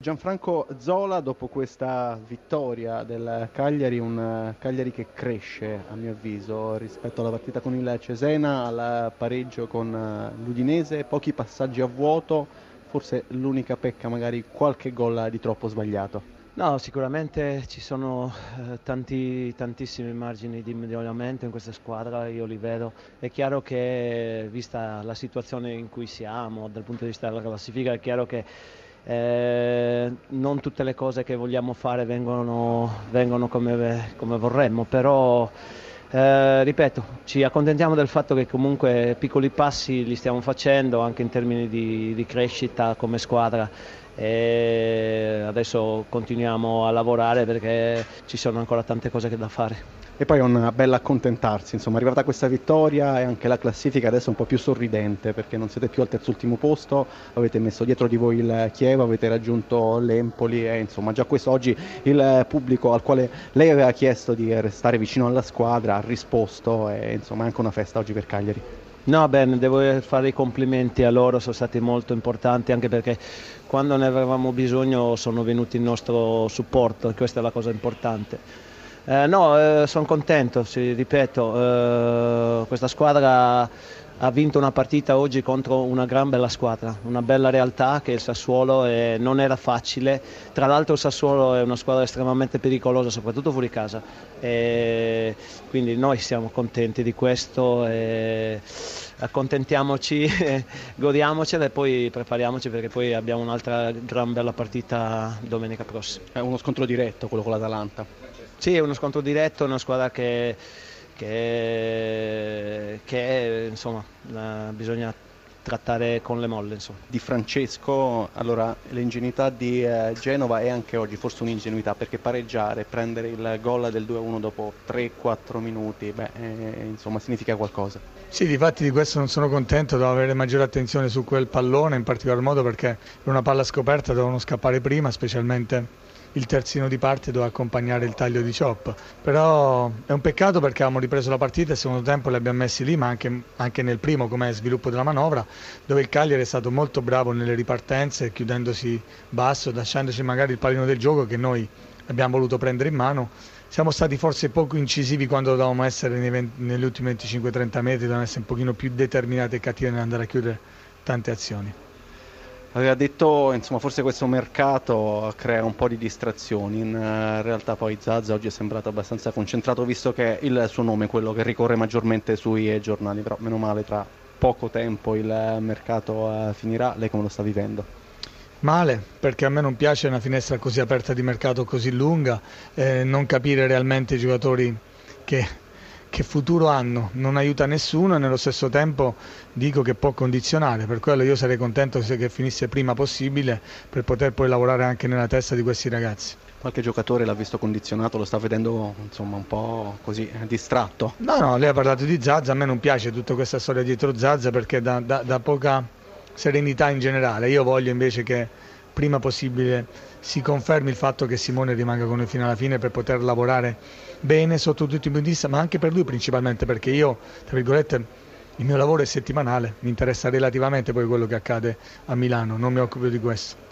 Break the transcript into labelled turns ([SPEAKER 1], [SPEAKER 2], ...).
[SPEAKER 1] Gianfranco Zola, dopo questa vittoria del Cagliari, un Cagliari che cresce a mio avviso rispetto alla partita con il Cesena, al pareggio con l'Udinese, pochi passaggi a vuoto, forse l'unica pecca magari qualche gol di troppo sbagliato.
[SPEAKER 2] No, sicuramente ci sono tantissimi margini di miglioramento in questa squadra, io li vedo. È chiaro che, vista la situazione in cui siamo, dal punto di vista della classifica, è chiaro che non tutte le cose che vogliamo fare vengono come vorremmo, però ripeto, ci accontentiamo del fatto che comunque piccoli passi li stiamo facendo anche in termini di crescita come squadra. E adesso continuiamo a lavorare perché ci sono ancora tante cose da fare.
[SPEAKER 1] E poi è un bel accontentarsi, insomma, arrivata questa vittoria e anche la classifica adesso è un po' più sorridente perché non siete più al terzultimo posto, avete messo dietro di voi il Chievo, avete raggiunto l'Empoli e insomma già questo oggi il pubblico al quale lei aveva chiesto di restare vicino alla squadra ha risposto e insomma è anche una festa oggi per Cagliari.
[SPEAKER 2] No, bene, devo fare i complimenti a loro, sono stati molto importanti anche perché quando ne avevamo bisogno sono venuti il nostro supporto e questa è la cosa importante. No, sono contento, ripeto, questa squadra ha vinto una partita oggi contro una gran bella squadra, una bella realtà che è il Sassuolo e non era facile. Tra l'altro il Sassuolo è una squadra estremamente pericolosa, soprattutto fuori casa. E quindi noi siamo contenti di questo, e accontentiamoci, godiamocela e poi prepariamoci perché poi abbiamo un'altra gran bella partita domenica prossima.
[SPEAKER 1] È uno scontro diretto quello con l'Atalanta.
[SPEAKER 2] Sì, è uno scontro diretto, è una squadra insomma, bisogna trattare con le molle. Insomma.
[SPEAKER 1] Di Francesco, allora l'ingenuità di Genova è anche oggi forse un'ingenuità perché pareggiare, prendere il gol del 2-1 dopo 3-4 minuti, insomma significa qualcosa.
[SPEAKER 3] Sì, difatti di questo non sono contento, devo avere maggiore attenzione su quel pallone, in particolar modo perché per una palla scoperta devono scappare prima, specialmente il terzino di parte doveva accompagnare il taglio di Chop, però è un peccato perché avevamo ripreso la partita e il secondo tempo li abbiamo messi lì, ma anche nel primo come sviluppo della manovra, dove il Cagliari è stato molto bravo nelle ripartenze, chiudendosi basso, lasciandoci magari il pallino del gioco che noi abbiamo voluto prendere in mano. Siamo stati forse poco incisivi quando dovevamo essere negli ultimi 25-30 metri, dovevamo essere un pochino più determinati e cattivi nell'andare a chiudere tante azioni.
[SPEAKER 1] Aveva detto, insomma, forse questo mercato crea un po' di distrazioni, in realtà poi Zaza oggi è sembrato abbastanza concentrato visto che il suo nome è quello che ricorre maggiormente sui giornali, però meno male tra poco tempo il mercato finirà, lei come lo sta vivendo?
[SPEAKER 3] Male, perché a me non piace una finestra così aperta di mercato così lunga, non capire realmente i giocatori che futuro hanno, non aiuta nessuno e nello stesso tempo dico che può condizionare, per quello io sarei contento che finisse prima possibile per poter poi lavorare anche nella testa di questi ragazzi.
[SPEAKER 1] Qualche giocatore l'ha visto condizionato, lo sta vedendo insomma un po' così distratto?
[SPEAKER 3] No, lei ha parlato di Zaza, a me non piace tutta questa storia dietro Zaza perché dà poca serenità in generale, io voglio invece che prima possibile si confermi il fatto che Simone rimanga con noi fino alla fine per poter lavorare bene sotto tutti i punti di vista, ma anche per lui principalmente perché io, tra virgolette, il mio lavoro è settimanale, mi interessa relativamente poi quello che accade a Milano, non mi occupo di questo.